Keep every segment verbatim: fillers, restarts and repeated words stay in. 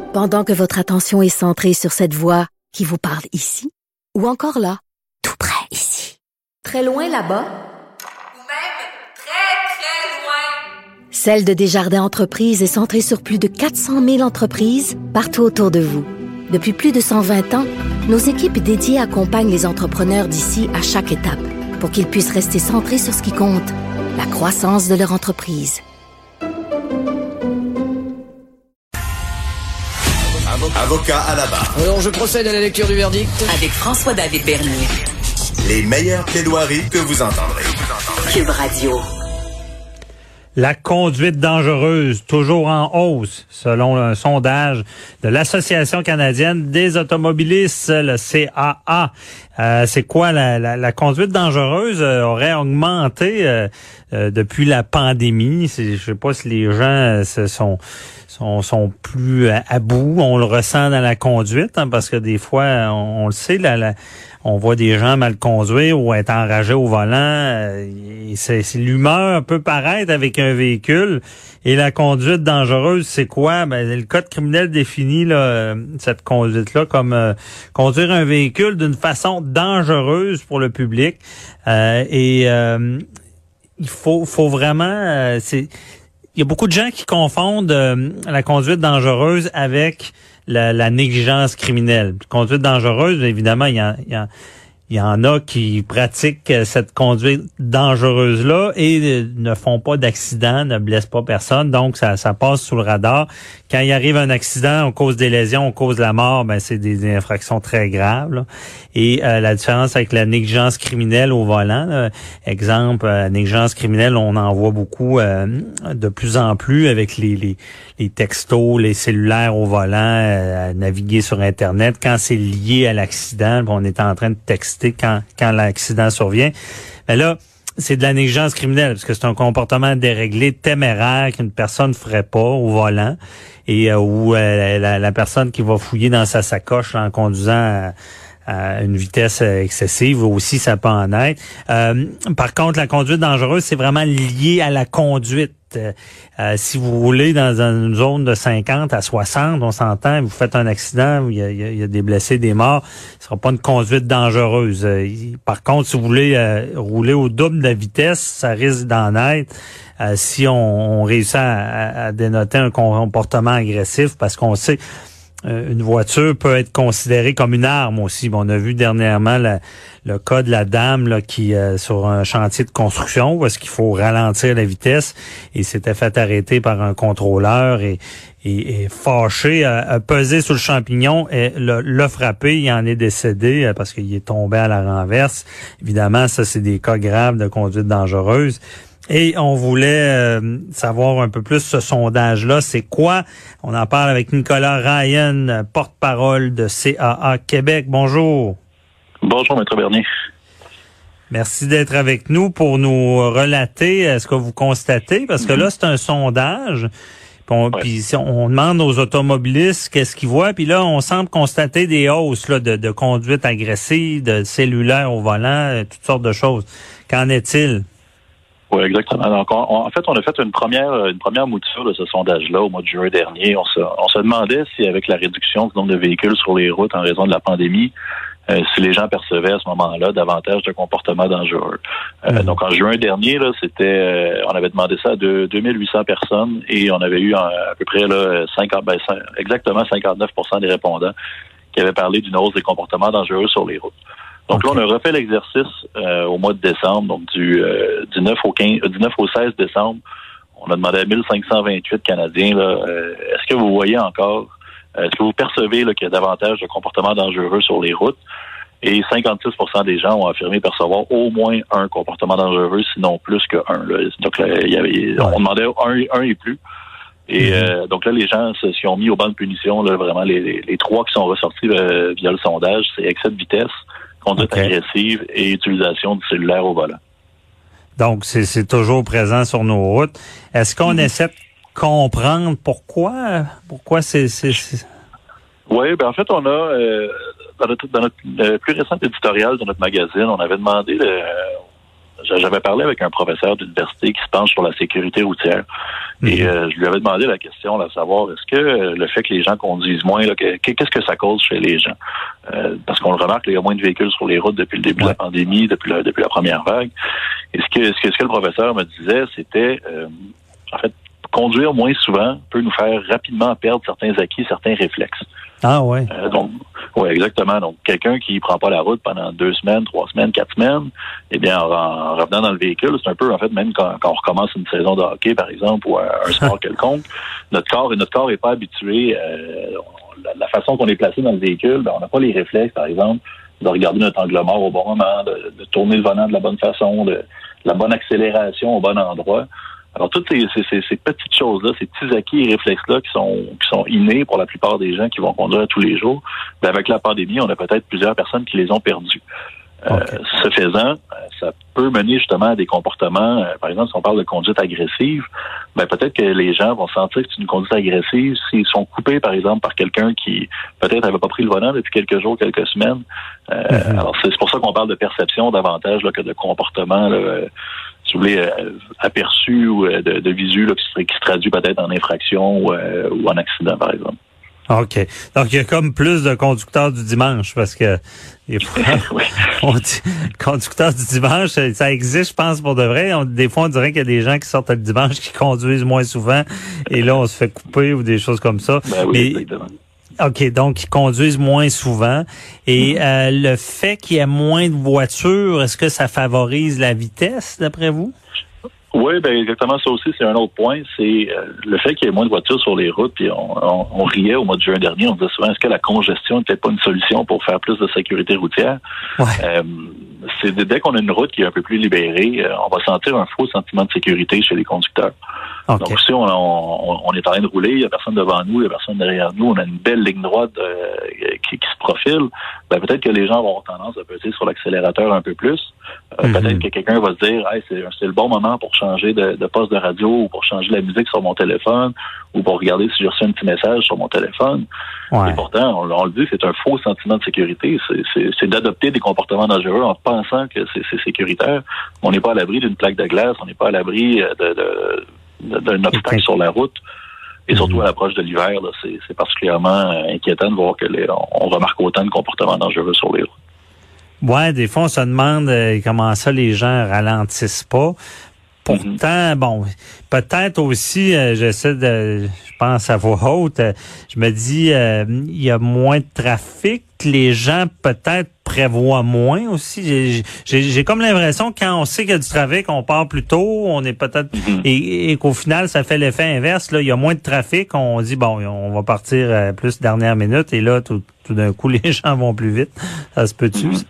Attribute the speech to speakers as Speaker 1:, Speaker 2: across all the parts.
Speaker 1: Pendant que votre attention est centrée sur cette voix qui vous parle ici, ou encore là, tout près ici, très loin là-bas,
Speaker 2: ou même très, très loin,
Speaker 1: Celle de Desjardins Entreprises est centrée sur plus de quatre cent mille entreprises partout autour de vous. Depuis plus de cent vingt ans, nos équipes dédiées accompagnent les entrepreneurs d'ici à chaque étape pour qu'ils puissent rester centrés sur ce qui compte, la croissance de leur entreprise.
Speaker 3: Avocat à la barre.
Speaker 4: Alors, je procède à la lecture du verdict.
Speaker 5: Avec François-David Bernier.
Speaker 3: Les meilleures plaidoiries que vous entendrez.
Speaker 5: Cube Radio.
Speaker 6: La conduite dangereuse, toujours en hausse, selon un sondage de l'Association canadienne des automobilistes, le C A A. Euh, c'est quoi la, la, la conduite dangereuse euh, aurait augmenté euh, euh, depuis la pandémie. C'est, je sais pas si les gens euh, se sont sont sont plus à, à bout. On le ressent dans la conduite, hein, parce que des fois, on, on le sait, la, la, on voit des gens mal conduire ou être enragés au volant. Euh, et c'est, c'est l'humeur peut paraître avec un véhicule. Et la conduite dangereuse, c'est quoi? Ben, le code criminel définit là, cette conduite-là comme euh, conduire un véhicule d'une façon dangereuse pour le public. Euh, et euh, il faut, faut vraiment... Euh, c'est, il y a beaucoup de gens qui confondent euh, la conduite dangereuse avec la, la négligence criminelle. La conduite dangereuse, évidemment, il y a... Il y a Il y en a qui pratiquent cette conduite dangereuse-là et ne font pas d'accident, ne blessent pas personne. Donc, ça, ça passe sous le radar. Quand il arrive un accident, on cause des lésions, on cause la mort, ben c'est des infractions très graves, là. Et euh, la différence avec la négligence criminelle au volant, là, exemple, la négligence criminelle, on en voit beaucoup euh, de plus en plus avec les, les, les textos, les cellulaires au volant, euh, à naviguer sur Internet. Quand c'est lié à l'accident, on est en train de texter quand quand l'accident survient. Mais là, c'est de la négligence criminelle parce que c'est un comportement déréglé, téméraire qu'une personne ferait pas au volant et euh, où euh, la, la personne qui va fouiller dans sa sacoche en conduisant à, à une vitesse excessive aussi, ça peut en être. Euh, par contre, la conduite dangereuse, c'est vraiment lié à la conduite. Euh, si vous roulez dans une zone de cinquante à soixante, on s'entend, vous faites un accident, il y a, il y a des blessés, des morts, ce sera pas une conduite dangereuse. Euh, par contre, si vous voulez euh, rouler au double de la vitesse, ça risque d'en être. Euh, si on, on réussit à, à dénoter un comportement agressif, parce qu'on sait euh, une voiture peut être considérée comme une arme aussi. Bon, on a vu dernièrement la, le cas de la dame là, qui euh, sur un chantier de construction où est-ce qu'il faut ralentir la vitesse et s'était fait arrêter par un contrôleur et, et, et fâché, a, a pesé sur le champignon et l'a, l'a frappé. Il en est décédé euh, parce qu'il est tombé à la renverse. Évidemment, ça, c'est des cas graves de conduite dangereuse. Et on voulait euh, savoir un peu plus ce sondage-là. C'est quoi? On en parle avec Nicolas Ryan, porte-parole de C A A Québec. Bonjour.
Speaker 7: Bonjour, Maître Bernier.
Speaker 6: Merci d'être avec nous pour nous relater ce que vous constatez, parce que mm-hmm. là, c'est un sondage. Puis on, ouais. puis on demande aux automobilistes qu'est-ce qu'ils voient. Puis là, on semble constater des hausses là, de, de conduite agressive, de cellulaire au volant, toutes sortes de choses. Qu'en est-il?
Speaker 7: Oui, exactement. Donc, on, en fait, on a fait une première une première mouture de ce sondage-là au mois de juin dernier. On se, on se demandait si, avec la réduction du nombre de véhicules sur les routes en raison de la pandémie, euh, si les gens percevaient à ce moment-là davantage de comportements dangereux. Euh, mmh. Donc, en juin dernier, là, c'était, euh, on avait demandé ça à deux mille huit cents personnes et on avait eu à peu près là, cinquante, ben, exactement cinquante-neuf pour cent des répondants qui avaient parlé d'une hausse des comportements dangereux sur les routes. Donc là, on a refait l'exercice euh, au mois de décembre, donc du, euh, du neuf au quinze, du neuf au seize décembre. On a demandé à mille cinq cent vingt-huit Canadiens, là, euh, est-ce que vous voyez encore, euh, est-ce que vous percevez là, qu'il y a davantage de comportements dangereux sur les routes? Et cinquante-six pour cent des gens ont affirmé percevoir au moins un comportement dangereux, sinon plus que un. Là. Donc là, il y avait, on demandait un, un et plus. Et euh, donc là, les gens se sont mis au banc de punition. Là, vraiment, les, les, les trois qui sont ressortis euh, via le sondage, c'est excès de vitesse, conduite okay. agressive et utilisation du cellulaire au volant.
Speaker 6: Donc, c'est, c'est toujours présent sur nos routes. Est-ce qu'on mm-hmm. essaie de comprendre pourquoi? Pourquoi c'est... c'est, c'est...
Speaker 7: Oui, ben en fait, on a, euh, dans notre, dans notre euh, plus récent éditorial de notre magazine, on avait demandé euh, j'avais parlé avec un professeur d'université qui se penche sur la sécurité routière. Mm-hmm. Et euh, je lui avais demandé la question, là, savoir est-ce que euh, le fait que les gens conduisent moins, là, que, qu'est-ce que ça cause chez les gens? Euh, parce qu'on le remarque, là, il y a moins de véhicules sur les routes depuis le début ouais. de la pandémie, depuis la, depuis la première vague. Et ce que, ce que, ce que le professeur me disait, c'était, euh, en fait, conduire moins souvent peut nous faire rapidement perdre certains acquis, certains réflexes.
Speaker 6: Ah ouais.
Speaker 7: Euh, donc, oui, exactement. Donc, quelqu'un qui prend pas la route pendant deux semaines, trois semaines, quatre semaines, eh bien, en, en revenant dans le véhicule, c'est un peu, en fait, même quand, quand on recommence une saison de hockey, par exemple, ou un, un sport quelconque, notre corps, notre corps est pas habitué. Euh, la, la façon qu'on est placé dans le véhicule, ben, on n'a pas les réflexes, par exemple, de regarder notre angle mort au bon moment, de, de tourner le volant de la bonne façon, de, de la bonne accélération au bon endroit. Alors, toutes ces, ces, ces petites choses-là, ces petits acquis et réflexes-là qui sont qui sont innés pour la plupart des gens qui vont conduire tous les jours, bien, avec la pandémie, on a peut-être plusieurs personnes qui les ont perdus. Okay. Euh, ce faisant, ça peut mener justement à des comportements, euh, par exemple, si on parle de conduite agressive, ben peut-être que les gens vont sentir que c'est une conduite agressive s'ils sont coupés, par exemple, par quelqu'un qui peut-être n'avait pas pris le volant depuis quelques jours, quelques semaines. Euh, mm-hmm. Alors, c'est, c'est pour ça qu'on parle de perception davantage là, que de comportement, là, euh, si vous voulez, euh, aperçu ou euh, de, de visu là, qui, se, qui se traduit peut-être en infraction ou, euh, ou en accident, par exemple.
Speaker 6: OK. Donc, il y a comme plus de conducteurs du dimanche parce que des fois, oui. on dit conducteurs du dimanche, ça existe, je pense, pour de vrai. On, des fois, on dirait qu'il y a des gens qui sortent le dimanche qui conduisent moins souvent et là, on se fait couper ou des choses comme ça.
Speaker 7: Ben oui,
Speaker 6: Mais,
Speaker 7: exactement.
Speaker 6: OK, donc ils conduisent moins souvent. Et mm-hmm. euh, le fait qu'il y ait moins de voitures, est-ce que ça favorise la vitesse, d'après vous?
Speaker 7: Oui, ben exactement ça aussi, c'est un autre point. C'est euh, le fait qu'il y ait moins de voitures sur les routes. Puis on, on, on riait au mois de juin dernier, on disait souvent, est-ce que la congestion n'est peut-être pas une solution pour faire plus de sécurité routière? Ouais. Euh, c'est dès qu'on a une route qui est un peu plus libérée, euh, on va sentir un faux sentiment de sécurité chez les conducteurs. Okay. Donc si on, on, on est en train de rouler, il n'y a personne devant nous, il n'y a personne derrière nous, on a une belle ligne droite euh, qui, qui se profile, ben peut-être que les gens vont avoir tendance à peser sur l'accélérateur un peu plus. Euh, mm-hmm. Peut-être que quelqu'un va se dire, hey, c'est, c'est le bon moment pour changer de, de poste de radio ou pour changer la musique sur mon téléphone ou pour regarder si j'ai reçu un petit message sur mon téléphone. Ouais. Et pourtant, on, on le dit, c'est un faux sentiment de sécurité. C'est, c'est, c'est d'adopter des comportements dangereux en pensant que c'est, c'est sécuritaire. On n'est pas à l'abri d'une plaque de glace, on n'est pas à l'abri de, de, de, d'un obstacle sur la route. Et surtout mm-hmm. à l'approche de l'hiver, là, c'est, c'est particulièrement inquiétant de voir que les, on, on remarque autant de comportements dangereux sur les routes.
Speaker 6: Ouais, des fois, on se demande euh, comment ça les gens ralentissent pas. Pourtant, mm-hmm. bon, peut-être aussi, euh, j'essaie de, je pense à voix haute, euh, je me dis, euh, il y a moins de trafic, les gens peut-être prévoient moins aussi. J'ai, j'ai, j'ai comme l'impression que quand on sait qu'il y a du trafic, on part plus tôt, on est peut-être, mm-hmm. et, et qu'au final, ça fait l'effet inverse. Là, il y a moins de trafic, on dit bon, on va partir euh, plus dernière minute, et là, tout, tout d'un coup, les gens vont plus vite. Ça se peut-tu? Mm-hmm.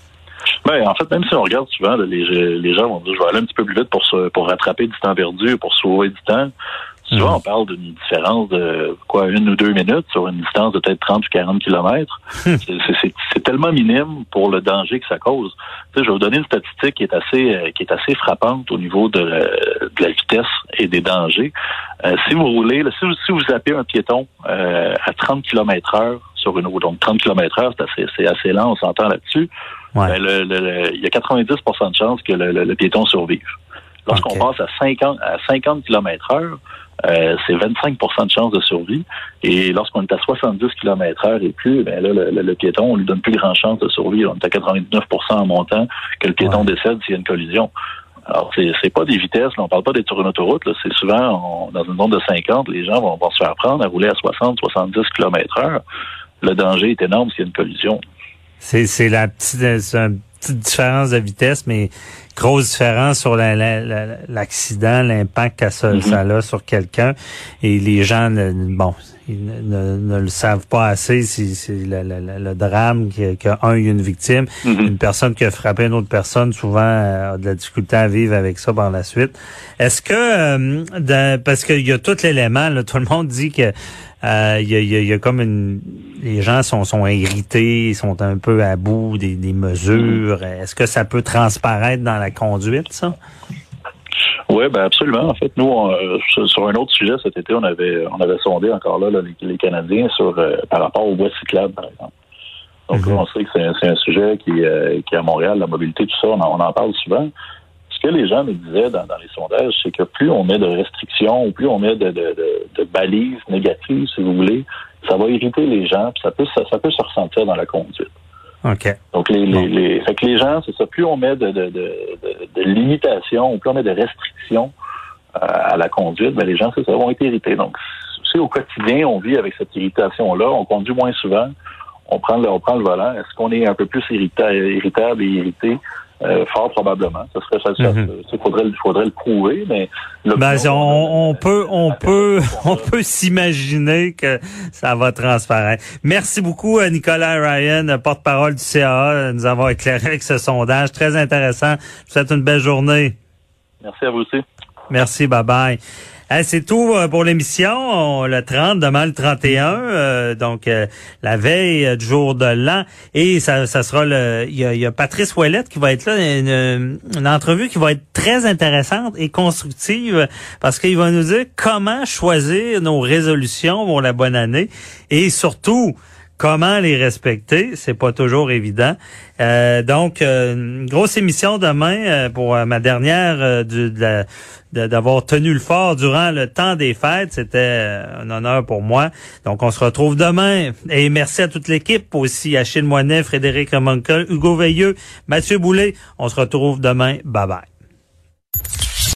Speaker 7: Ben, en fait, même si on regarde souvent, là, les, les gens vont dire je vais aller un petit peu plus vite pour se, pour rattraper du temps perdu, pour sauver du temps. Souvent, mmh. on parle d'une différence de quoi, une ou deux minutes sur une distance de peut-être trente ou quarante kilomètres. c'est, c'est, c'est tellement minime pour le danger que ça cause. Tu sais, je vais vous donner une statistique qui est assez, qui est assez frappante au niveau de, de la vitesse et des dangers. Euh, si vous roulez, là, si, vous, si vous zappez un piéton euh, à trente kilomètres heure sur une route, donc trente kilomètres heure, c'est assez, c'est assez lent, on s'entend là-dessus. Ouais. Ben, le, le, le, il y a quatre-vingt-dix pour cent de chances que le, le, le piéton survive. Lorsqu'on okay. passe à cinquante, à cinquante kilomètres heure, euh, c'est vingt-cinq pour cent de chances de survie. Et lorsqu'on est à soixante-dix kilomètres heure et plus, ben là, le, le, le piéton, on lui donne plus grand chance de survivre. On est à quatre-vingt-dix-neuf pour cent en montant que le piéton ouais. décède s'il y a une collision. Alors, c'est, c'est pas des vitesses, là, on parle pas d'être sur une autoroute, là, c'est souvent, on, dans une zone de cinquante, les gens vont, vont se faire prendre à rouler à soixante, soixante-dix kilomètres heure. Le danger est énorme s'il y a une collision.
Speaker 6: C'est, c'est la petite, c'est une petite différence de vitesse, mais grosse différence sur la, la, la, l'accident, l'impact que ça, mm-hmm. ça a sur quelqu'un. Et les gens, ne, bon, ils ne, ne le savent pas assez. C'est, c'est le, le, le drame qu'il y a, un, il y a une victime. Mm-hmm. Une personne qui a frappé une autre personne, souvent, a de la difficulté à vivre avec ça par la suite. Est-ce que, euh, de, parce qu'il y a tout l'élément, là, tout le monde dit que Euh, il y, a, il y a comme une, les gens sont, sont irrités, sont un peu à bout des, des mesures. Est-ce que ça peut transparaître dans la conduite, ça?
Speaker 7: Oui, ben absolument. En fait, nous, on, sur un autre sujet cet été, on avait, on avait sondé encore là, là les, les Canadiens sur euh, par rapport aux voies cyclables, par exemple. Donc mm-hmm. là, on sait que c'est, c'est un sujet qui, euh, qui est à Montréal, la mobilité, tout ça, on en, on en parle souvent. ce que les gens nous disaient dans, dans les sondages, c'est que plus on met de restrictions, ou plus on met de, de, de, de balises négatives, si vous voulez, ça va irriter les gens, puis ça peut, ça, ça peut se ressentir dans la conduite.
Speaker 6: OK.
Speaker 7: Donc, les,
Speaker 6: bon.
Speaker 7: les, les, fait que les gens, c'est ça, plus on met de, de, de, de, de limitations, ou plus on met de restrictions euh, à la conduite, ben les gens, c'est ça, vont être irrités. Donc, c'est au quotidien, on vit avec cette irritation-là, on conduit moins souvent, on prend le, on prend le volant. Est-ce qu'on est un peu plus irrita, irritable et irrité? Euh, fort probablement. Ça serait ça. Il mm-hmm. faudrait, faudrait le prouver, mais
Speaker 6: ben, on, on peut, on peut, on peut s'imaginer que ça va transparaître. Merci beaucoup à Nicolas Ryan, porte-parole du C A A, de nous avoir éclairé avec ce sondage très intéressant. Je vous souhaite une belle journée.
Speaker 7: Merci à vous aussi.
Speaker 6: Merci, bye bye. Hey, c'est tout pour l'émission. On, le trente, demain le trente et un, euh, donc euh, la veille euh, du jour de l'an. Et ça, ça sera le. Il y a, il y a Patrice Ouellette qui va être là, une, une entrevue qui va être très intéressante et constructive parce qu'il va nous dire comment choisir nos résolutions pour la bonne année et surtout comment les respecter, c'est pas toujours évident. Euh, donc, euh, une grosse émission demain euh, pour euh, ma dernière euh, du, de la, de, d'avoir tenu le fort durant le temps des fêtes. C'était euh, un honneur pour moi. Donc, on se retrouve demain. Et merci à toute l'équipe aussi, Achille Moinet, Frédéric Remoncal, Hugo Veilleux, Mathieu Boulay. On se retrouve demain. Bye bye.